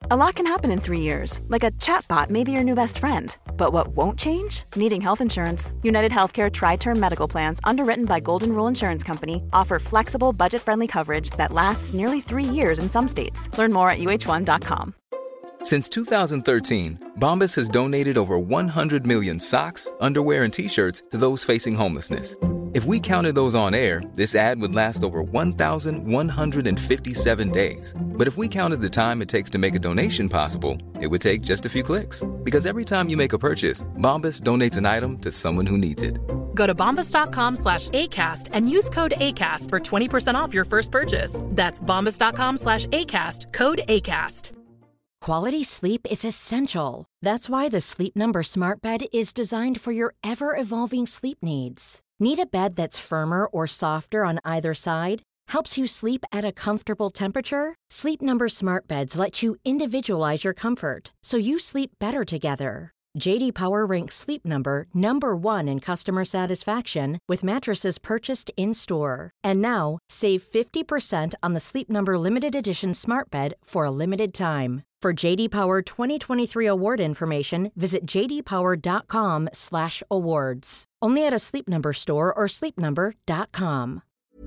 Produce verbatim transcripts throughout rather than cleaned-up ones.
A lot can happen in three years, like a chatbot may be your new best friend. But what won't change? Needing health insurance. United Healthcare Tri-Term Medical Plans, underwritten by Golden Rule Insurance Company, offer flexible, budget-friendly coverage that lasts nearly three years in some states. Learn more at U H one dot com. Since two thousand thirteen, Bombas has donated over one hundred million socks, underwear, and T-shirts to those facing homelessness. If we counted those on air, this ad would last over one thousand one hundred fifty-seven days. But if we counted the time it takes to make a donation possible, it would take just a few clicks. Because every time you make a purchase, Bombas donates an item to someone who needs it. Go to bombas.com slash ACAST and use code ACAST for twenty percent off your first purchase. That's bombas.com slash ACAST, code ACAST. Quality sleep is essential. That's why the Sleep Number Smart Bed is designed for your ever-evolving sleep needs. Need a bed that's firmer or softer on either side? Helps you sleep at a comfortable temperature? Sleep Number Smart Beds let you individualize your comfort, so you sleep better together. J D Power ranks Sleep Number number one in customer satisfaction with mattresses purchased in-store. And now, save fifty percent on the Sleep Number Limited Edition Smart Bed for a limited time. For J D Power twenty twenty-three award information, visit j d power dot com slash awards. Only at a Sleep Number store or sleep number dot com.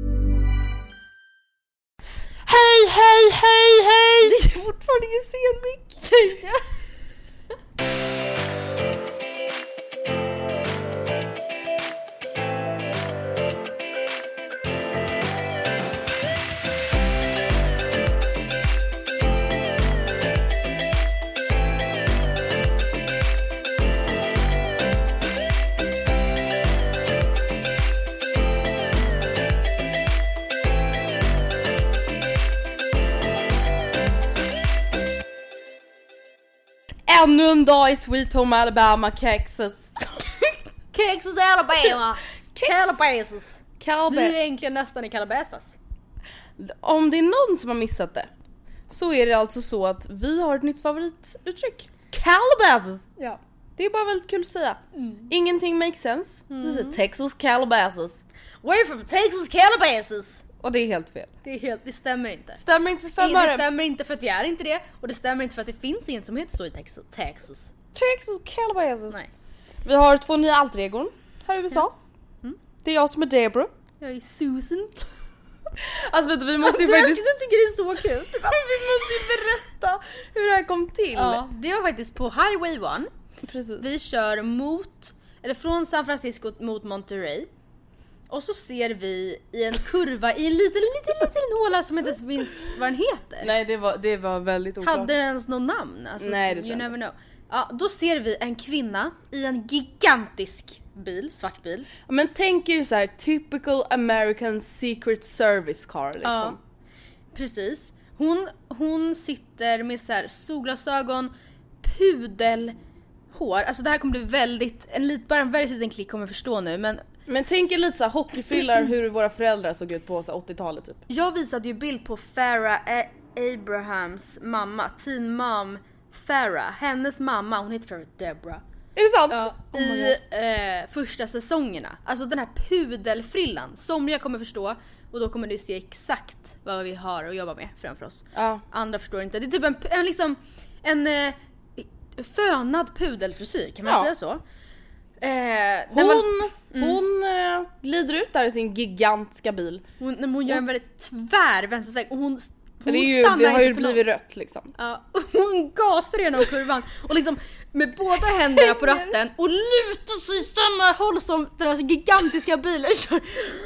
Hej, hej, hej, hej! Det är fortfarande ingen sen mick. Ännu en dag i Sweet Home Alabama, Texas. Texas, Alabama. Calabasas. Calab- Vi är egentligen nästan i Calabasas. Om det är någon som har missat det, så är det alltså så att vi har ett nytt favorituttryck. Calabasas. Ja. Det är bara väldigt kul att säga. Mm. Ingenting makes sense. Mm. Det säger Texas Calabasas. We're from Texas, Calabasas. Och det är helt fel. Det är helt, det stämmer inte. Stämmer inte för fem Det stämmer inte för att vi är inte det. Och det stämmer inte för att det finns inget som heter så i Texas. Texas, Texas Calabasas. Nej. Vi har två nya alter-egon här i U S A. Ja. Mm. Det är jag som är Debra. Jag är Susan. Alltså vet du, vi måste ju du faktiskt... Jag tycker det är så kul. Vi måste ju berätta hur det här kom till. Ja, det var faktiskt på Highway one. Precis. Vi kör mot, eller från San Francisco mot Monterey. Och så ser vi i en kurva i en liten, liten, liten håla som inte ens minns vad den heter. Nej, det var, det var väldigt oklart. Hade den ens någon namn? Alltså, Nej, det you tror never know. Ja, då ser vi en kvinna i en gigantisk bil, svart bil. Ja, men tänk er så här, typical American Secret Service car liksom. Ja, precis. Hon, hon sitter med så här solglasögon, pudelhår. Alltså det här kommer bli väldigt, en lit, bara en väldigt liten klick kommer förstå nu, men Men tänk er lite så här hockeyfrillar hur våra föräldrar såg ut på så åttiotalet typ. jag visade ju bild på Farrah A- Abrahams mamma, teen mom Farrah. Hennes mamma, hon heter Farrah Deborah. Är det sant? Ja, Oh my i eh, första säsongerna. Alltså den här pudelfrillan. Somliga kommer förstå. Och då kommer du se exakt vad vi har att jobba med framför oss. Ja. Andra förstår inte. Det är typ en, en liksom en eh, fönad pudelfrisyr, kan man Ja. säga så? Eh, Hon, var, hon eh, glider ut där i sin gigantiska bil. hon, när hon gör en väldigt tvär vänstersväng och hon, hon Det, är ju, stannar det har ju inte för blivit någon. rött liksom. Ja, och hon gasar genom kurvan och liksom med båda händerna på ratten och lutar sig i samma håll som den här gigantiska bilen kör.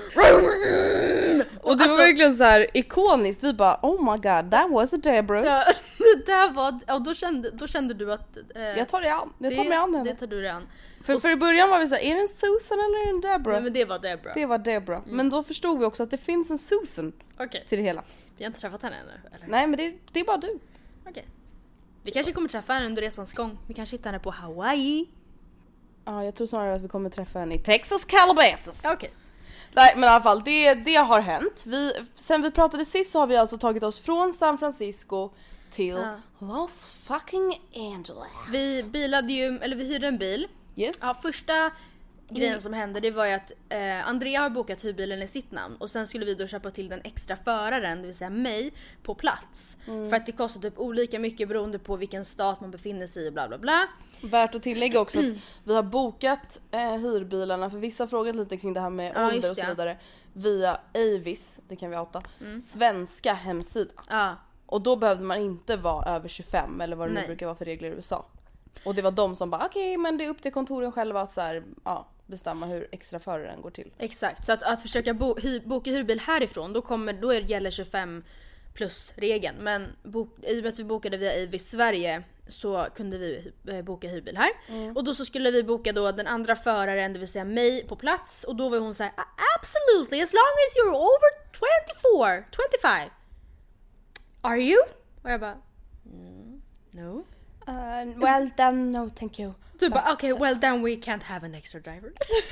Och det Alltså- var verkligen så här ikoniskt. Vi bara, oh my god, that was a Debra. Ja, det där var, och då kände, då kände du att eh, Jag tar det an, jag tar det, mig an henne. det tar du dig an. För, Och för i början var vi så här, är det en Susan eller är det en Debra? Nej, men det var Debra. Det var Debra. Mm. Men då förstod vi också att det finns en Susan Okej, till det hela. vi har inte träffat henne ännu, eller? Nej men det, det är bara du. Okej. Vi kanske kommer träffa henne under resans gång. Vi kanske hittar henne på Hawaii. Ja, jag tror snarare att vi kommer träffa henne i Texas Calabasas. Okej. Nej men i alla fall, det, det har hänt. Vi, sen vi pratade sist så har vi alltså tagit oss från San Francisco till Ja. Los fucking Angeles. Vi bilade ju, eller vi hyrde en bil. Yes. Ja, första grejen som hände, det var ju att eh, Andrea har bokat hyrbilen i sitt namn och sen skulle vi då köpa till den extra föraren, det vill säga mig, på plats. Mm. För att det kostar typ olika mycket beroende på vilken stat man befinner sig i, bla bla bla. Värt att tillägga också att vi har bokat eh, hyrbilarna, för vissa har frågat lite kring det här med ja, ålder och så vidare, via Avis, det kan vi outa, mm. svenska hemsida. Ja. Och då behövde man inte vara över tjugofem eller vad det nu brukar vara för regler i U S A. Och det var de som bara okej, okay, men det är upp till kontoren själva att så här, ja, bestämma hur extra föraren går till. Exakt, så att, att försöka bo, hy, boka hyrbil härifrån, då, kommer, då är det gäller tjugofem plus regeln. Men bok, i och med att vi bokade via Avis Sverige så kunde vi boka hyrbil här. Mm. Och då så skulle vi boka då den andra föraren, det vill säga mig, på plats. Och då var hon så här: absolutely, as long as you're over twenty-four, twenty-five. Are you? Och jag bara mm, no. Uh, well done, no thank you. Du bara okej, okay, well then we can't have an extra driver.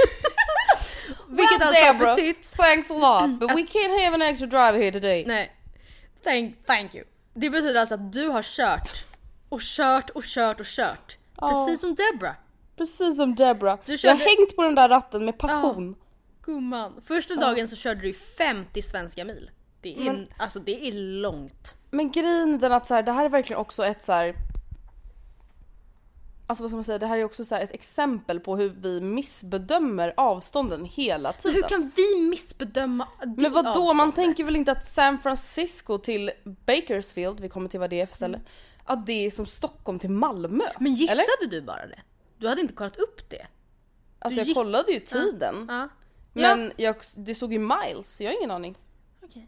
Vilket well, alltså Deborah, betytt thanks a lot, but we can't have an extra driver here today. Nej, thank, thank you. Det betyder alltså att du har kört och kört och kört och kört. Oh. Precis som Deborah. Precis som Deborah. Du körde... Jag har hängt på den där ratten med passion. Oh. Gumman. Första dagen oh. så körde du femtio svenska mil. Det är, men, alltså det är långt. Men grejen är den att så här, det här är verkligen också ett så här, alltså vad ska man säga, det här är också så här ett exempel på hur vi missbedömer avstånden hela tiden. Men hur kan vi missbedöma det? Men vad då? Man tänker väl inte att San Francisco till Bakersfield, vi kommer till vad det är för ställe, mm. att det är som Stockholm till Malmö. Men gissade eller? Du bara det? Du hade inte kollat upp det. Alltså du jag gick... kollade ju tiden. Ja. Ja. Men ja. jag, det såg ju miles, jag har ingen aning. Okej.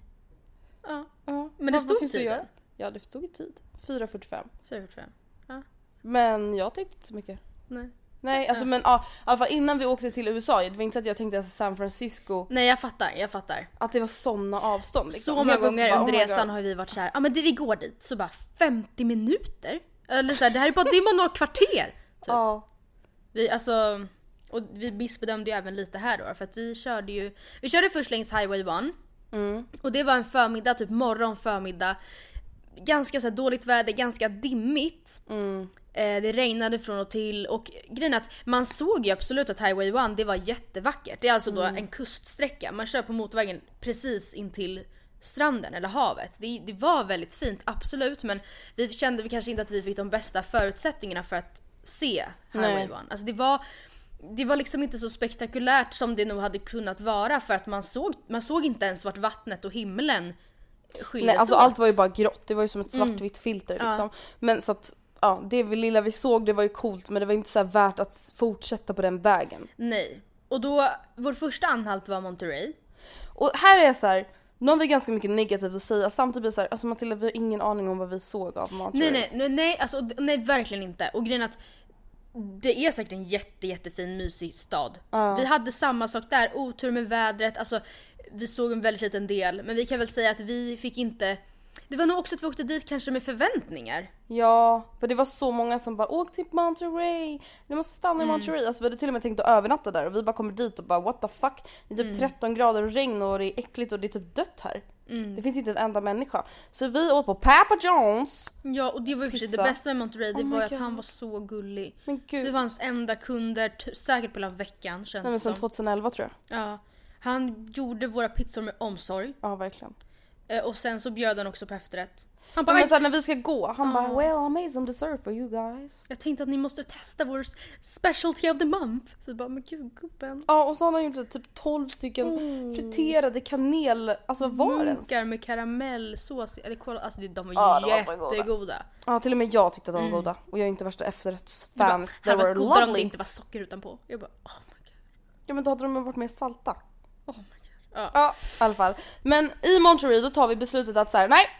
Ja. Ja. Men det stod tiden? Ja, det stod i tid. fyra fyrtiofem. fyra fyrtiofem. Ja. Men jag tänkte inte så mycket. Nej. Nej, alltså ja. men ja, i alla fall innan vi åkte till U S A, det var inte så att jag tänkte att San Francisco. Nej, jag fattar, jag fattar. Att det var såna avstånd liksom. Så många gånger bara, under resan oh har vi varit så här, ja ah, men det, vi går dit, så bara femtio minuter. Eller så här, det här är bara, det är bara några kvarter. Typ. Ja. Vi, alltså, och vi missbedömde ju även lite här då, för att vi körde ju, vi körde först längs Highway one. Mm. Och det var en förmiddag, typ morgon, förmiddag. Ganska så här dåligt väder, ganska dimmigt. Mm. Eh, det regnade från och till. Och grejen är att man såg ju absolut att Highway one, det var jättevackert. Det är alltså då mm. en kuststräcka. Man kör på motorvägen precis in till stranden eller havet. Det, det var väldigt fint, absolut. Men vi kände vi kanske inte att vi fick de bästa förutsättningarna för att se Highway Nej. one. Alltså det var... Det var liksom inte så spektakulärt som det nog hade kunnat vara, för att man såg, man såg inte ens vart vattnet och himlen skildes. Nej, alltså åt. Allt var ju bara grått, det var ju som ett svartvitt mm. filter liksom. Ja. Men så att, ja, det lilla vi såg, det var ju coolt, men det var inte så här värt att fortsätta på den vägen. Nej, och då, vår första anhalt var Monterey. Och här är jag så här, nu har vi ganska mycket negativt att säga, samtidigt så här, alltså Matilda, vi har ingen aning om vad vi såg av Monterey. Nej, nej, nej, alltså, nej verkligen inte. Och grejen att det är säkert en jätte, jättefin, mysig stad. Uh. Vi hade samma sak där, otur med vädret, alltså vi såg en väldigt liten del. Men vi kan väl säga att vi fick inte... Det var nog också att vi åkte dit kanske med förväntningar. Ja, för det var så många som bara åk till Monterey, ni måste stanna mm. i Monterey. Alltså vi hade till och med tänkt att övernatta där, och vi bara kommer dit och bara what the fuck. Det är typ mm. tretton grader och regn och det är äckligt och det är typ dött här. Mm. Det finns inte en enda människa. Så vi åt på Papa John's. Ja, och det var ju för sig det bästa med Monterey, det oh var att han var så gullig. Men gud. Det var hans enda kunder, t- säkert på hela veckan känns Nej, men sen som. tjugoelva tror jag. Ja, han gjorde våra pizzor med omsorg. Ja, verkligen. eh, Och sen så bjöd han också på efterrätt. Han bara, men sen när vi ska gå, han ah. bara well I made some dessert for you guys. Jag tänkte att ni måste testa vår specialty of the month. Så bara, men gud gubben. Ja, och så har han gjort typ tolv stycken oh. friterade kanel, alltså vad var det? Munkar med karamellsås eller kol, alltså de var ja, jättegoda. Ja, till och med jag tyckte att de var mm. goda. Och jag är inte värsta efterrättsfan. Det var godare om det inte var socker utanpå. Jag bara, oh my god. Ja, men då hade de varit mer salta. Oh my god. Ja, ja i alla fall. Men i Monterey då tar vi beslutet att så här, nej.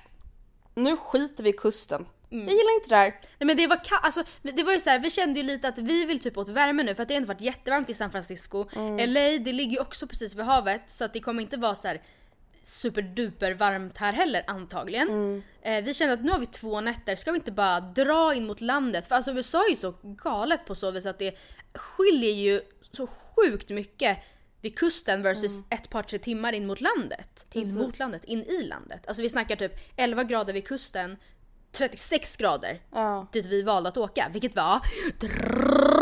Nu skiter vi i kusten. Mm. Jag gillar inte det här. Nej, men det var ka- alltså, det var ju så här, vi kände ju lite att vi vill typ åt värme nu, för att det har inte varit jättevarmt i San Francisco. Mm. L A, det ligger ju också precis vid havet, så att det kommer inte vara så här superduper varmt här heller antagligen. Mm. Eh, vi kände att nu har vi två nätter, ska vi inte bara dra in mot landet? För alltså U S A är ju så galet på så vis att det skiljer ju så sjukt mycket vid kusten versus mm. ett par tre timmar in mot landet. Precis. In mot landet, in i landet. Alltså vi snackar typ elva grader vid kusten, trettiosex grader ja. dit vi valde att åka. Vilket var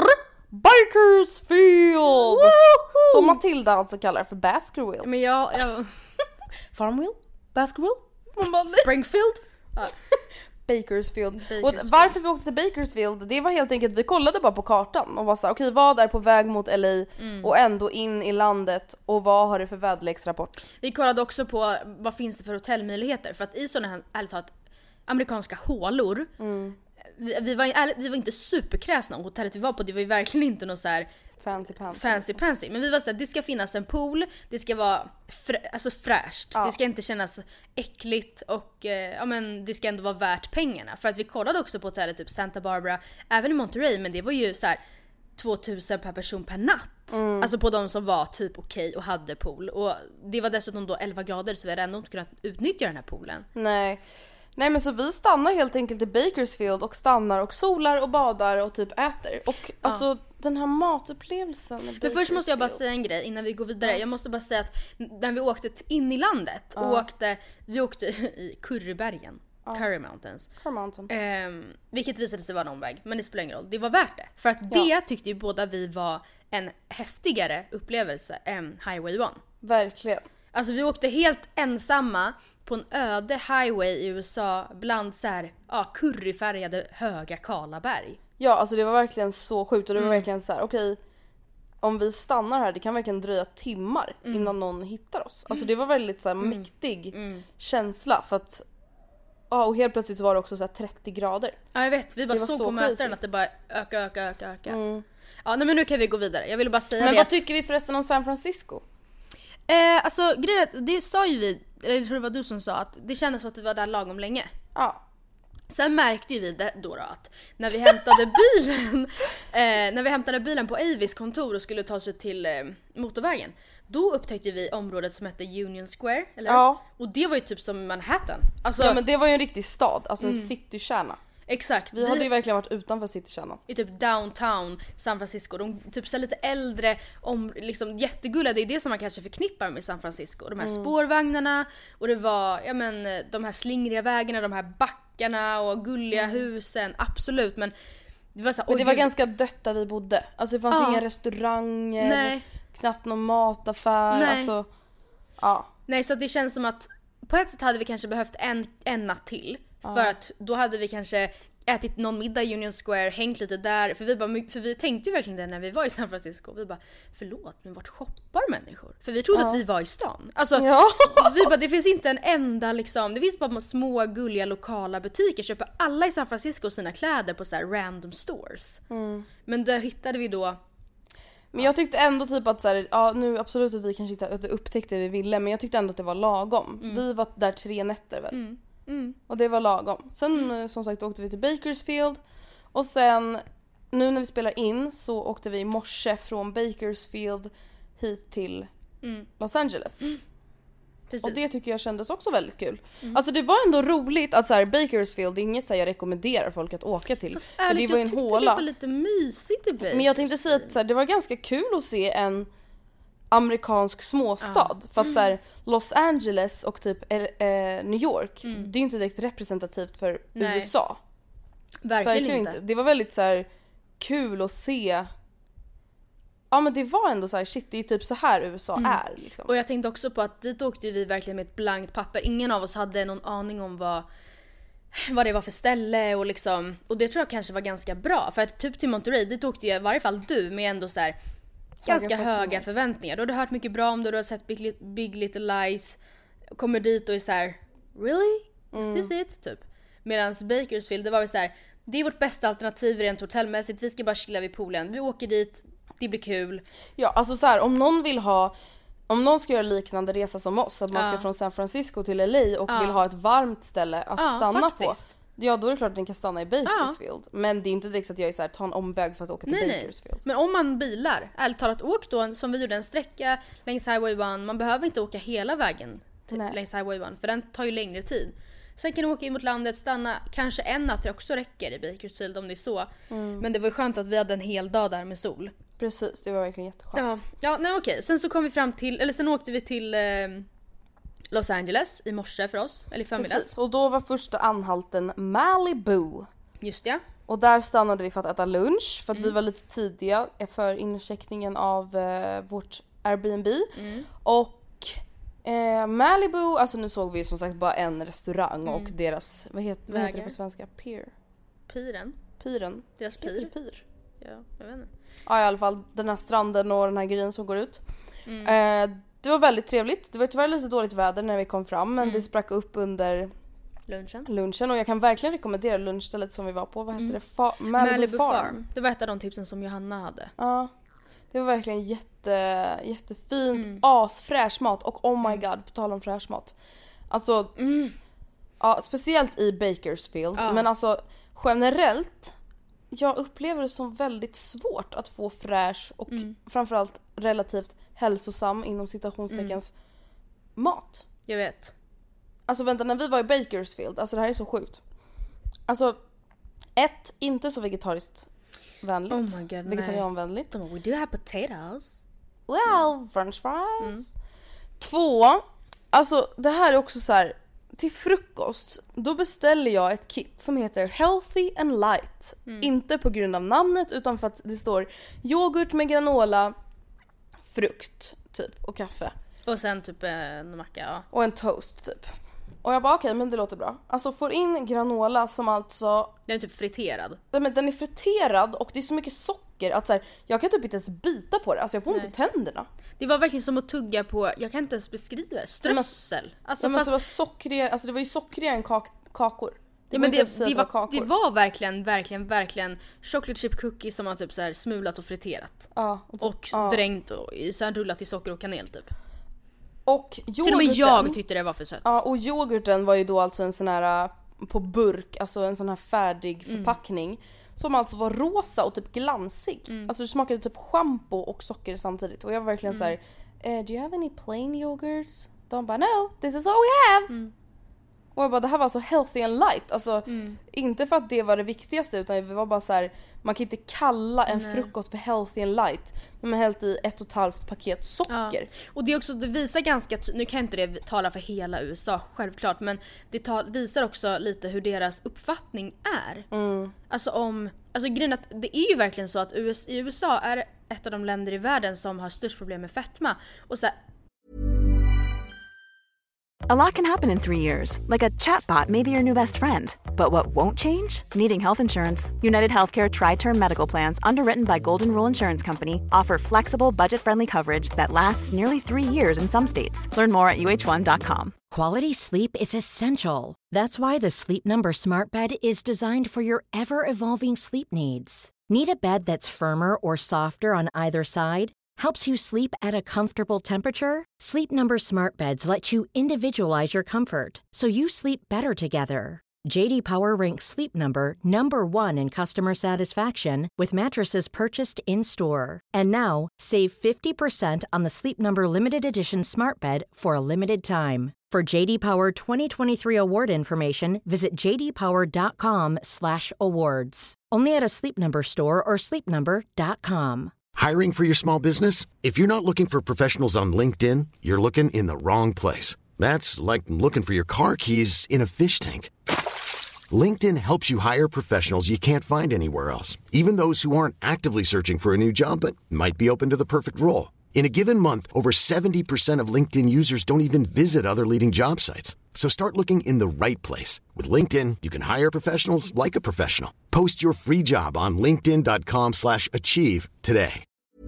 Bakersfield! Som Matilda alltså kallar för Baskerville. Men jag... jag... Farmville? Baskerville? Springfield? Ja. Bakersfield. Bakersfield. Och varför vi åkte till Bakersfield, det var helt enkelt, vi kollade bara på kartan och var såhär, okej, vad är på väg mot L A mm. och ändå in i landet, och vad har det för väderleksrapport? Vi kollade också på vad finns det för hotellmöjligheter, för att i sådana här, ärligt talat, amerikanska hålor, mm. vi, vi, var, vi var inte superkräsna, och hotellet vi var på, det var ju verkligen inte något så här fancy pansy. fancy pansy, men vi var såhär, det ska finnas en pool, det ska vara frä, alltså fräscht, ja. Det ska inte kännas äckligt, och eh, ja, men det ska ändå vara värt pengarna, för att vi kollade också på hotellet typ Santa Barbara, även i Monterey, men det var ju så här tvåtusen per person per natt, mm. alltså på de som var typ okej okay och hade pool, och det var dessutom då elva grader, så vi hade ändå inte kunnat utnyttja den här poolen. Nej. Nej, men så vi stannar helt enkelt i Bakersfield och stannar och solar och badar och typ äter. Och ja. Alltså den här matupplevelsen. Men först måste jag bara säga en grej innan vi går vidare. Ja. Jag måste bara säga att när vi åkte in i landet ja. och åkte, vi åkte i Currybergen. Ja. Curry Mountains. Curry Mountain. Eh, vilket visade sig vara en omväg, men det spelar ingen roll. Det var värt det. För att ja. det tyckte ju båda vi var en häftigare upplevelse än Highway one. Verkligen. Alltså vi åkte helt ensamma på en öde highway i U S A bland så här, ja, curryfärgade höga kala berg. Ja, alltså det var verkligen så sjukt, och det var mm. verkligen så här: okej, okay, om vi stannar här, det kan verkligen dröja timmar mm. innan någon hittar oss. Alltså det var väldigt så här mm. mäktig mm. känsla, för att ja, och helt plötsligt så var det också så här trettio grader. Ja, jag vet, vi bara såg på mätaren att det bara öka, öka, öka, öka. Mm. Ja, nej, men nu kan vi gå vidare. Jag ville bara säga men det. vad att... tycker vi förresten om San Francisco? Eh, alltså grejen, det sa ju vi, eller jag tror det var du som sa, att det kändes som att vi var där lagom länge. Ja. Sen märkte ju vi det då, då att när vi hämtade bilen eh, när vi hämtade bilen på Avis kontor och skulle ta oss till eh, motorvägen, då upptäckte vi området som hette Union Square, eller? Ja. Och det var ju typ som Manhattan. Alltså, ja, men det var ju en riktig stad, alltså en mm. citykärna. Exakt. Vi, vi hade ju verkligen varit utanför citykärnan. I typ downtown San Francisco. De typ så lite äldre, om, liksom jättegulliga. Det är det som man kanske förknippar med San Francisco. De här mm. spårvagnarna, och det var ja men de här slingriga vägarna, de här backarna och gulliga mm. husen. Absolut, men det var så, men det var ganska dött där vi bodde. Alltså det fanns ja. inga restauranger. Nej. Knappt någon mataffär. Nej. Alltså, ja. Nej, så det känns som att på ett sätt hade vi kanske behövt en, en natt till. Ja. För att då hade vi kanske ätit någon middag i Union Square, hängt lite där. För vi, bara, för vi tänkte ju verkligen det när vi var i San Francisco. Vi bara, förlåt, men vart shoppar människor? För vi trodde ja. att vi var i stan. Alltså, ja. vi bara, det finns inte en enda liksom, det finns bara små gulliga lokala butiker. Köper alla i San Francisco sina kläder på så här random stores. Mm. Men där hittade vi då. Men jag tyckte ändå typ att så här, ja nu absolut att vi kanske inte upptäckte det vi ville, men jag tyckte ändå att det var lagom. Mm. Vi var där tre nätter väl. Mm. Mm. Och det var lagom. Sen mm. som sagt åkte vi till Bakersfield, och sen nu när vi spelar in så åkte vi i morse från Bakersfield hit till mm. Los Angeles. Mm. Och det tycker jag kändes också väldigt kul. Mm. Alltså det var ändå roligt att så här, Bakersfield, det är inget så här, jag rekommenderar folk att åka till. Fast ärligt, det var jag en tyckte håla. det var lite mysigt i Bakersfield. Men jag tänkte säga att så här, det var ganska kul att se en amerikansk småstad. Ja. För att så här, Los Angeles och typ eh, New York, mm. det är inte direkt representativt för Nej. U S A. Verkligen, Verkligen inte. inte. Det var väldigt så här, kul att se. Ja, men det var ändå så här, shit, det är typ så här U S A mm. är liksom. Och jag tänkte också på att dit åkte vi verkligen med ett blankt papper. Ingen av oss hade någon aning om vad vad det var för ställe och liksom, och det tror jag kanske var ganska bra, för att typ till Monterey dit åkte ju i varje fall du med ändå så här ganska höga, höga förväntningar. Du hade hört mycket bra om det, du har sett Big, Big Little Lies, kommer dit och är så här, really? Mm. Is this it? Typ. Medan Bakersfield, det var väl så här, det är vårt bästa alternativ rent hotellmässigt, vi ska bara chilla vid poolen, vi åker dit, det blir kul. Ja, alltså så här, om någon vill ha, om någon ska göra liknande resa som oss, att man ja. ska från San Francisco till L A och ja. vill ha ett varmt ställe att ja, stanna faktiskt. på. Ja, då är det klart att ni kan stanna i Bakersfield. Ja. Men det är inte direkt så att jag är så här, ta en omväg för att åka till nej, Bakersfield. Nej. Men om man bilar, ärligt talat, åk då som vi gjorde en sträcka längs Highway one. Man behöver inte åka hela vägen till, längs Highway one, för den tar ju längre tid. Sen kan du åka in mot landet, stanna kanske en natt också räcker i Bakersfield om det är så. Mm. Men det var ju skönt att vi hade en hel dag där med sol. Precis, det var verkligen jätteskönt. Ja, ja nej okej. Sen så kom vi fram till, eller sen åkte vi till eh, Los Angeles i morse för oss, eller i förmiddags. Precis, och då var första anhalten Malibu. Just det. Och där stannade vi för att äta lunch för att Mm. vi var lite tidiga för incheckningen av eh, vårt Airbnb. Mm. Och eh, Malibu, alltså nu såg vi som sagt bara en restaurang och deras, vad, het, vad heter det Vägar. på svenska? Pier? Piren. Piren? Deras Heter pir. det pir? Ja, jag vet inte. Ja, i alla fall den här stranden och den här grejen som går ut. Mm. Eh, det var väldigt trevligt. Det var tyvärr lite dåligt väder när vi kom fram men Mm. det sprack upp under Lunchen. lunchen och jag kan verkligen rekommendera lunchstället som vi var på. Vad heter det? Fa- Malibu, Malibu Farm. Farm. Det var ett av de tipsen som Johanna hade. Ja. Det var verkligen jätte, jättefint, Mm. asfräsch mat och oh my god, på tal om fräsch mat. Alltså, Mm. ja, speciellt i Bakersfield, Ja. men alltså generellt, jag upplever det som väldigt svårt att få fräsch och Mm. framförallt relativt hälsosam inom citationsteckens mat. Jag vet. Alltså vänta, när vi var i Bakersfield, alltså det här är så sjukt. Alltså, ett, inte så vegetariskt vänligt. Oh my god, nej. Vegetarianvänligt. De bara, we do have potatoes. Well, french fries. Två, alltså det här är också så här. Till frukost, då beställer jag ett kit som heter Healthy and Light. Inte på grund av namnet utan för att det står yoghurt med granola, frukt typ och kaffe. Och sen typ en macka, ja. Och en toast typ. Och jag bara okej, men det låter bra. Alltså får in granola som alltså, Den är typ friterad. nej, men den är friterad och det är så mycket socker att så här, jag kan typ inte ens bita på det. Alltså jag får Nej. ont i tänderna. Det var verkligen som att tugga på, jag kan inte ens beskriva det, strössel. Alltså Ja, men fast, så var sockriga, alltså det var ju sockrigare än kak- kakor. ja, går men inte det, ens att säga det, att det var, kakor. det var verkligen, verkligen, verkligen chocolate chip cookies som man typ så här smulat och friterat. Ja, och, typ, Och ja. dränkt och i- sen rullat i socker och kanel typ. Och yoghurten, Till och med jag tyckte det var för sött. ja, och yoghurten var ju då alltså en sån här äh, på burk, alltså en sån här färdig Mm. förpackning som alltså var rosa och typ glansig. Mm. Alltså det smakade typ shampoo och socker samtidigt och jag var verkligen så här: eh, do you have any plain yogurts? De bara no, this is all we have. Mm. Och jag bara, det här var alltså healthy and light. Alltså Mm. inte för att det var det viktigaste utan det var bara så här: man kan inte kalla en Nej. frukost för healthy and light. De har hällt i ett och ett halvt paket socker. Och det är också, det visar ganska, ty- nu kan inte det tala för hela U S A självklart, men det ta, visar också lite hur deras uppfattning är. Mm. Alltså om, alltså grejen är att det är ju verkligen så att U S, i U S A är ett av de länder i världen som har störst problem med fetma. Och så här, A lot can happen in three years, like a chatbot may be your new best friend. But what won't change? Needing health insurance. United Healthcare Tri-Term Medical Plans, underwritten by Golden Rule Insurance Company, offer flexible, budget-friendly coverage that lasts nearly three years in some states. Learn more at U H one dot com. Quality sleep is essential. That's why the Sleep Number Smart Bed is designed for your ever-evolving sleep needs. Need a bed that's firmer or softer on either side? Helps you sleep at a comfortable temperature? Sleep Number Smart Beds let you individualize your comfort so you sleep better together. J D Power ranks Sleep Number number one in customer satisfaction with mattresses purchased in-store. And now, save fifty percent on the Sleep Number Limited Edition Smart Bed for a limited time. For J D Power twenty twenty-three award information, visit j d power dot com slash awards. Only at a Sleep Number store or sleep number dot com. Hiring for your small business? If you're not looking for professionals on LinkedIn, you're looking in the wrong place. That's like looking for your car keys in a fish tank. LinkedIn helps you hire professionals you can't find anywhere else, even those who aren't actively searching for a new job but might be open to the perfect role. In a given month, over seventy percent of LinkedIn users don't even visit other leading job sites. So start looking in the right place. With LinkedIn, you can hire professionals like a professional. Post your free job on linkedin dot com slash achieve today.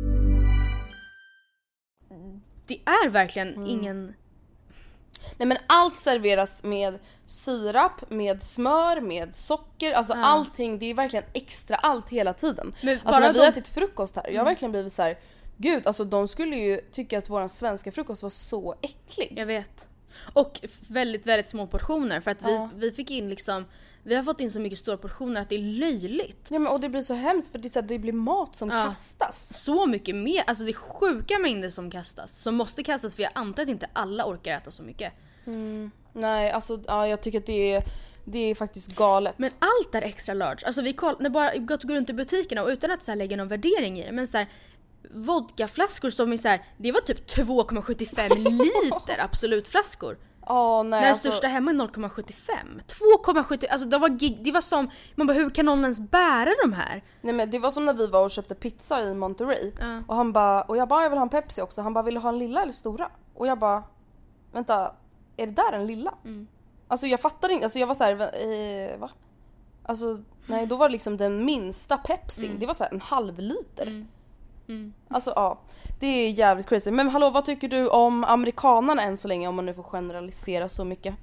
det är verkligen ingen... Nej men allt serveras med sirap, med smör, med socker, alltså Ja. allting, det är verkligen extra allt hela tiden. Men Alltså bara när vi de- har ätit frukost här, jag har verkligen blivit så här: gud, alltså de skulle ju tycka att våran svenska frukost var så äcklig. Jag vet. Och f- väldigt, väldigt små portioner för att vi, Ja. vi fick in liksom, vi har fått in så mycket stora portioner att det är löjligt. Ja men och det blir så hemskt för det, är så här, det blir mat som Ja. kastas. Så mycket mer, alltså det är sjuka mängder som kastas. Som måste kastas för jag antar att inte alla orkar äta så mycket. Nej alltså ja, jag tycker att det är, det är faktiskt galet. Men allt är extra large. Alltså vi koll, när bara gått och gå runt i butikerna och utan att så här lägga någon värdering i det. Men så här, vodkaflaskor som är så här, det var typ två komma sjuttiofem liter absolut flaskor. Oh, nej, När alltså... den största hemma är noll komma sjuttiofem. två komma sjuttio, alltså det var, gig, det var som, man bara hur kan någon ens bära de här? Nej men det var som när vi var och köpte pizza i Monterey. Ja. Och han bara, och jag bara jag vill ha en Pepsi också. Han bara vill du ha en lilla eller stora? Och jag bara, vänta, är det där en lilla? Mm. Alltså jag fattade inte, alltså jag var så här, eh, va? Alltså nej då var det liksom den minsta Pepsi. Mm. Det var så här en halv liter. Mm. Mm. Alltså ja, det är jävligt crazy. Men hallå, vad tycker du om amerikanerna än så länge, om man nu får generalisera så mycket?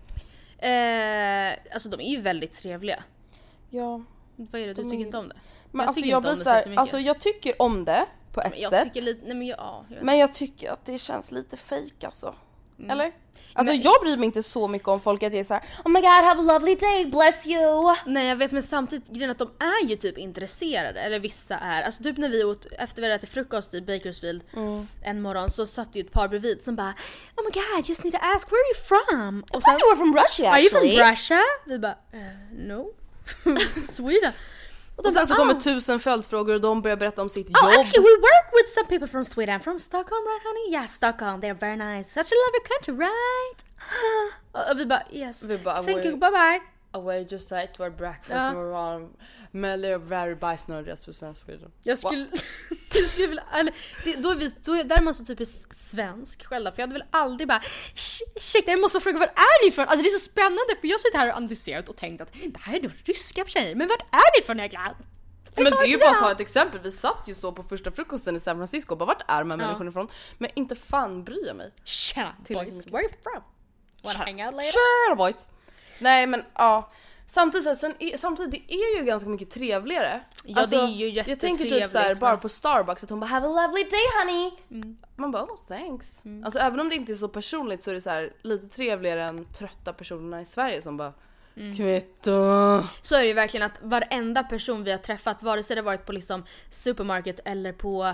Eh, alltså de är ju väldigt trevliga. Ja. Vad är det, du de tycker är... inte om det? Men jag alltså tycker jag inte blir om det så här, så alltså jag tycker om det på ett jag sätt. Tycker lite, nej men, ja, jag... men jag tycker att det känns lite fake alltså. Mm. Eller? Alltså men... jag bryr mig inte så mycket om folk att jag är så här, oh my god, have a lovely day, bless you. Nej jag vet, men samtidigt grejen att de är ju typ intresserade, eller vissa är. Alltså typ när vi åt, efter vi hade ätit frukost i Bakersfield mm. en morgon, så satt ju ett par bredvid som bara oh my god, just need to ask where are you from? Och sen, you were from Russia actually. Are you from Russia? Vi bara uh, no. Sweden. Och, och sen bara, så kommer oh. tusen följdfrågor och de börjar berätta om sitt oh, jobb. Actually we work with some people from Sweden. From Stockholm, right honey? Yeah, Stockholm. They're very nice. Such a lovely country, right? Och vi bara, yes. Vi bara, thank you, bye bye. We just ate our breakfast and we're on Melly very bajsnödiga Susanne Sweden. Jag skulle, jag skulle vilja, eller, det, då är vi, då är, där är man så typiskt svensk själva. För jag hade väl aldrig bara, shit jag måste fråga, var är ni ifrån? Alltså det är så spännande för jag sitter här och analyserat och tänkt att det här är nog ryska tjejer. Men vart är ni ifrån egentligen? Men det är ju bara att ta ett exempel. Vi satt ju så på första frukosten i San Francisco. Bara vart är de här ja. människorna ifrån? Men inte fan bryr jag mig. Tjena boys, where are you from? Wanna hang out later? Tjena boys. Nej men ja. Samtidigt, sen, samtidigt det är ju ganska mycket trevligare. Ja alltså, det är ju jättetrevligt. Jag tänker typ såhär, bara på Starbucks att hon bara have a lovely day honey. Mm. Man bara oh thanks. Mm. Alltså även om det inte är så personligt så är det så här, lite trevligare än trötta personerna i Sverige som bara mm. kvitto. Så är det ju verkligen att varenda person vi har träffat, vare sig det varit på liksom supermarket eller på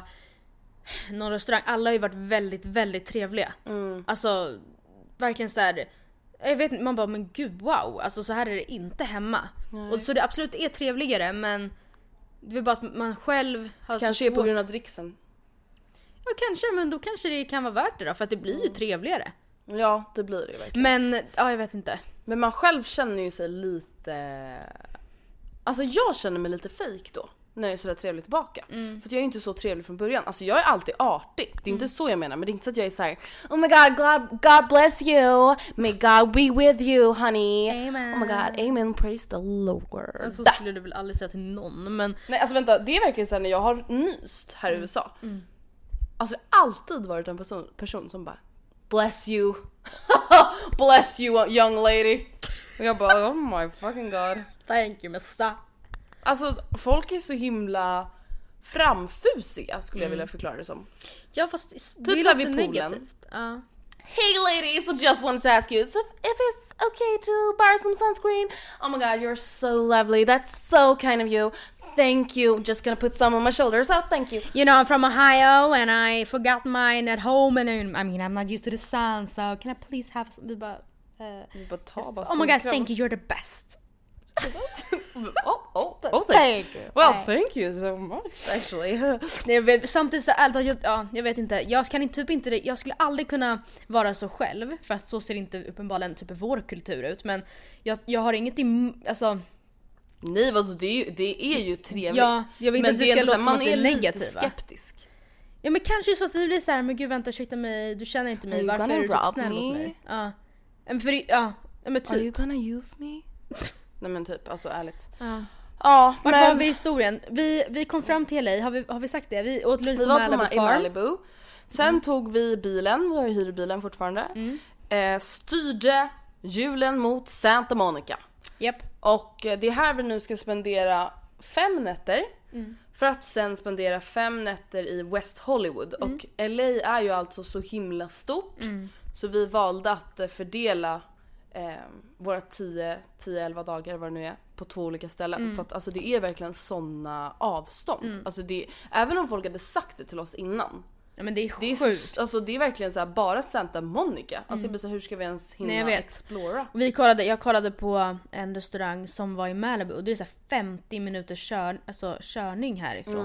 någon restaurang, alla har ju varit väldigt, väldigt trevliga. Mm. Alltså verkligen så här. Jag vet inte, man bara men gud wow, alltså så här är det inte hemma. Nej. Och så det absolut är trevligare, men det är bara att man själv har kanske så är på grund av dricksen. Ja kanske, men då kanske det kan vara värt det då, för att det blir mm. ju trevligare. Ja, det blir det verkligen. Men ja, jag vet inte. Men man själv känner ju sig lite, alltså jag känner mig lite fake då när jag är sådär trevlig tillbaka. Mm. För att jag är inte så trevlig från början. Alltså jag är alltid artig. Det är mm. inte så jag menar. Men det är inte så att jag är så här: oh my god, God, God bless you. May God be with you, honey. Amen. Oh my god, amen, praise the Lord. Alltså skulle du väl aldrig säga till någon, men... Nej, alltså vänta. Det är verkligen så här när jag har nyst här i U S A. Mm. Alltså det har alltid varit en person, person som bara bless you. Bless you, young lady. Och jag bara, oh my fucking god. Thank you, mister. Alltså folk är så himla framfusiga skulle jag mm. vilja förklara det som. Ja fast det typ så här vid poolen. Uh. Hey ladies, I just wanted to ask you if, if it's okay to borrow some sunscreen. Oh my god, you're so lovely. That's so kind of you. Thank you. Just gonna put some on my shoulders. Oh, thank you. You know, I'm from Ohio and I forgot mine at home and I mean I'm not used to the sun, so can I please have some? Vi bara, uh, bara ta, bara oh my god, thank you. You're the best. oh, oh, oh, thank you. Well, thank you so much actually. Jag vet, samtidigt så alltså, jag, ja, jag vet inte. Jag kan inte typ inte det. Jag skulle aldrig kunna vara så själv, för att så ser inte uppenbarligen typ vår kultur ut, men jag, jag har inget i, alltså nej, vad det är ju det är ju trevligt. Ja, jag vet inte att det ska låta som man att vi är negativa. Lite skeptisk. Ja, men kanske så att vi blir så här, men gud vänta, ursäkta mig, du känner inte mig. Varför är du så snäll mot mig? Ja. Men för ja, men typ. Are you gonna use me? Nej men typ, alltså ärligt. Ja. Ja, vart men... var vi i historien? Vi, vi kom fram till L A, har vi, har vi sagt det? Vi åt lunch vi på var Malibu på Ma- i Malibu. Sen mm. tog vi bilen, vi har ju hyrbilen fortfarande. Mm. Eh, styrde julen mot Santa Monica. Yep. Och eh, det är här vi nu ska spendera fem nätter. Mm. För att sen spendera fem nätter i West Hollywood. Mm. Och L A är ju alltså så himla stort. Mm. Så vi valde att eh, fördela Eh, våra tio elva dagar vad det nu är på två olika ställen. Mm. För att alltså, det är verkligen såna avstånd. Mm. Alltså, det, även om folk hade sagt det till oss innan. Ja, men det är det sjukt. Är så, alltså, det är verkligen så här, bara Santa Monica. Alltså, mm. jag blir så, hur ska vi ens hinna Nej, jag vet. explora? Vi kollade, jag kollade på en restaurang som var i Malibu. Och det är så här femtio minuters kör, alltså, körning härifrån. Mm.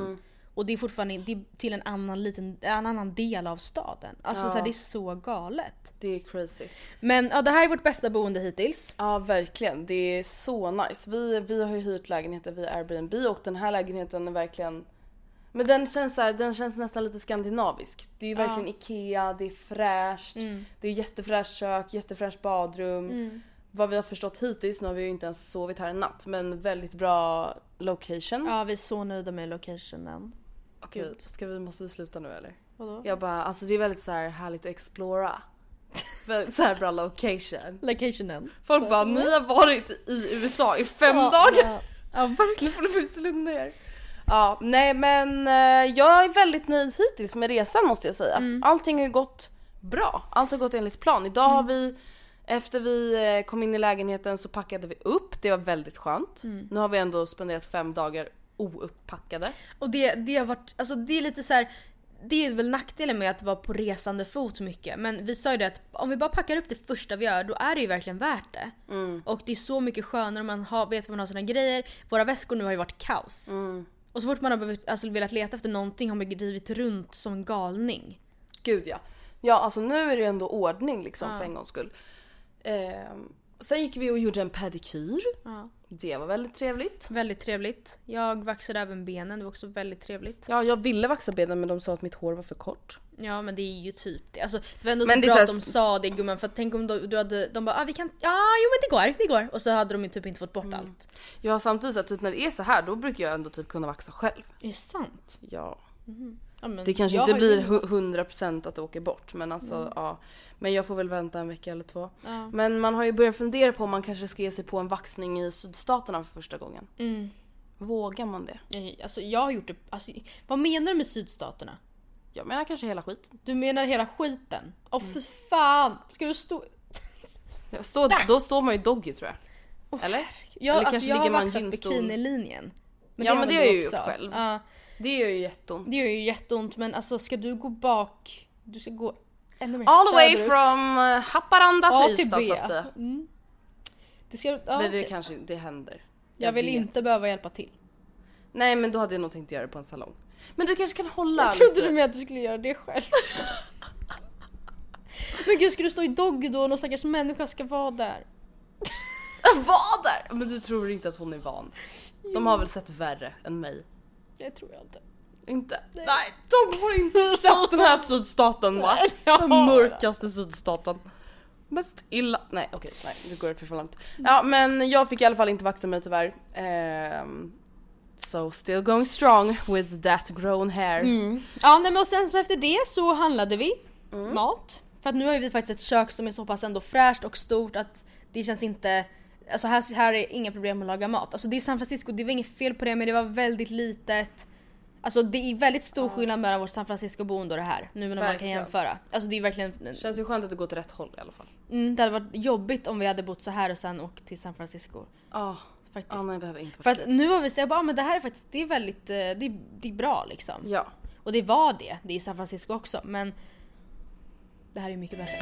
Och det är fortfarande det är till en annan liten en annan del av staden. Alltså Ja. så här, det är så galet. Det är crazy. Men ja, det här är vårt bästa boende hittills. Ja, verkligen. Det är så nice. Vi, vi har ju hyrt lägenheter via Airbnb och den här lägenheten är verkligen... Men den känns så här, den känns nästan lite skandinavisk. Det är ju verkligen Ikea, det är fräscht. Mm. Det är jättefräscht kök, jättefräscht badrum. Mm. Vad vi har förstått hittills, nu har vi ju inte ens sovit här en natt, men väldigt bra location. Ja, vi är så nöjda med locationen. Okej, Gud. ska vi, måste vi sluta nu eller? Vadå? Jag bara, alltså det är väldigt så här härligt att explora. Väldigt så här bra location. Locationen. Folk Så- bara, ni har varit i U S A i fem Ja, dagar. Ja, ja verkligen. Nu får du faktiskt slå ner. Ja, nej men eh, jag är väldigt nöjd hittills med resan måste jag säga. Mm. Allting har ju gått bra. Allt har gått enligt plan. Idag Mm. har vi, efter vi eh, kom in i lägenheten så packade vi upp. Det var väldigt skönt. Mm. Nu har vi ändå spenderat fem dagar ouppackade. Och det, det har varit, alltså det är lite så här. Det är väl nackdelen med att vara på resande fot mycket. Men vi sa ju det att om vi bara packar upp det första vi gör, då är det ju verkligen värt det. Mm. Och det är så mycket skönare om man har, vet var man har sina grejer. Våra väskor nu har ju varit kaos. Mm. Och så fort man har behövt, alltså, velat leta efter någonting har man drivit runt som en galning. Gud ja. Ja alltså nu är det ändå ordning liksom Ja. för en gångs skull. Ehm, sen gick vi och gjorde en pedikyr. Ja. Det var väldigt trevligt. Väldigt trevligt. Jag vaxade även benen, det var också väldigt trevligt. Ja, jag ville vaxa benen men de sa att mitt hår var för kort. Ja men det är ju typ det. Alltså, det var ändå Men men det bra är att så här- de sa det gumman. För att tänk om du, du hade, de bara ah, vi kan, ja jo men det går, det går. Och så hade de ju typ inte fått bort allt. Ja, samtidigt så att typ när det är så här då brukar jag ändå typ kunna vaxa själv. Är det sant? Ja. Ja, men Det kanske jag inte har blir ju hu- vax. hundra procent att det åker bort men alltså ja. Men jag får väl vänta en vecka eller två. Ja. Men man har ju börjat fundera på om man kanske ska ge sig på en vaxning i sydstaterna för första gången. Mm. Vågar man det? Jag- Alltså jag har gjort det, alltså, vad menar du med sydstaterna? Jag menar kanske hela skiten. Du menar hela skiten? Åh för fan! Ska du stå... Jag står, då står man ju doggy tror jag. Eller? Jag, Eller alltså, kanske jag har ligger man vaxat gynstol. bikinilinjen. Ja, har men det väl har du jag ju också. gjort själv. Ja, Det gör ju jätteont. det gör ju jätteont men alltså ska du gå bak, du ska gå ännu mer All the way söderut. from uh, Haparanda A till till Ystad B. så att säga. Mm. Det ska, ja, Men det okej. kanske det händer. Jag vill vet. inte behöva hjälpa till. Nej men då hade jag nog tänkt göra det på en salong. Men du kanske kan hålla Jag trodde lite. du med att du skulle göra det själv. Men gud, ska du stå i doggy då och någon stackars människa ska vara där? Var där! Men du tror inte att hon är van. De har väl sett värre än mig. Det tror jag inte. Inte? Nej, de har inte sett den här sydstaten va? Ja. Den mörkaste sydstaten. Mest illa. Nej okej, nej det går för för långt. Ja men jag fick i alla fall inte vaxa mig tyvärr. Ehm, so still going strong with that grown hair. Mm. Ja, nej, men och sen så efter det så handlade vi mat. För att nu har ju vi faktiskt ett kök som är så pass ändå fräscht och stort att det känns inte... Alltså här, här är inga problem att laga mat. Alltså det är San Francisco, det var inget fel på det men det var väldigt litet. Alltså det är väldigt stor skillnad mellan vårt San Francisco-boende och det här. Nu när man kan Verkligen. jämföra. Alltså det är verkligen... Känns ju skönt att det går till rätt håll i alla fall. Mm, det hade varit jobbigt om vi hade bott så här och sen åkt till San Francisco. Ja, Faktiskt. ah, nej det hade inte varit För att kul. nu har vi sagt att men det här är faktiskt det är väldigt eh, det är, det är bra liksom. Ja. Och det var det, det är i San Francisco också, men det här är mycket bättre.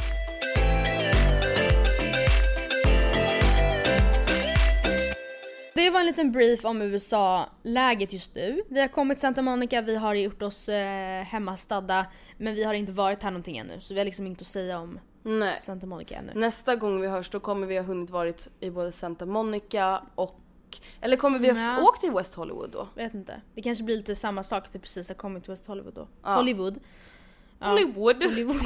Det var en liten brief om U S A-läget just nu. Vi har kommit till Santa Monica, vi har gjort oss eh, hemmastadda, men vi har inte varit här någonting ännu. Så vi har liksom inte att säga om Nej. Santa Monica ännu. Nästa gång vi hörs då kommer vi ha hunnit varit i både Santa Monica och... Eller kommer vi ha Ja. åkt till West Hollywood då? Vet inte. Det kanske blir lite samma sak att vi precis har kommit till West Hollywood då. Ja. Hollywood. Ja. Hollywood. Hollywood.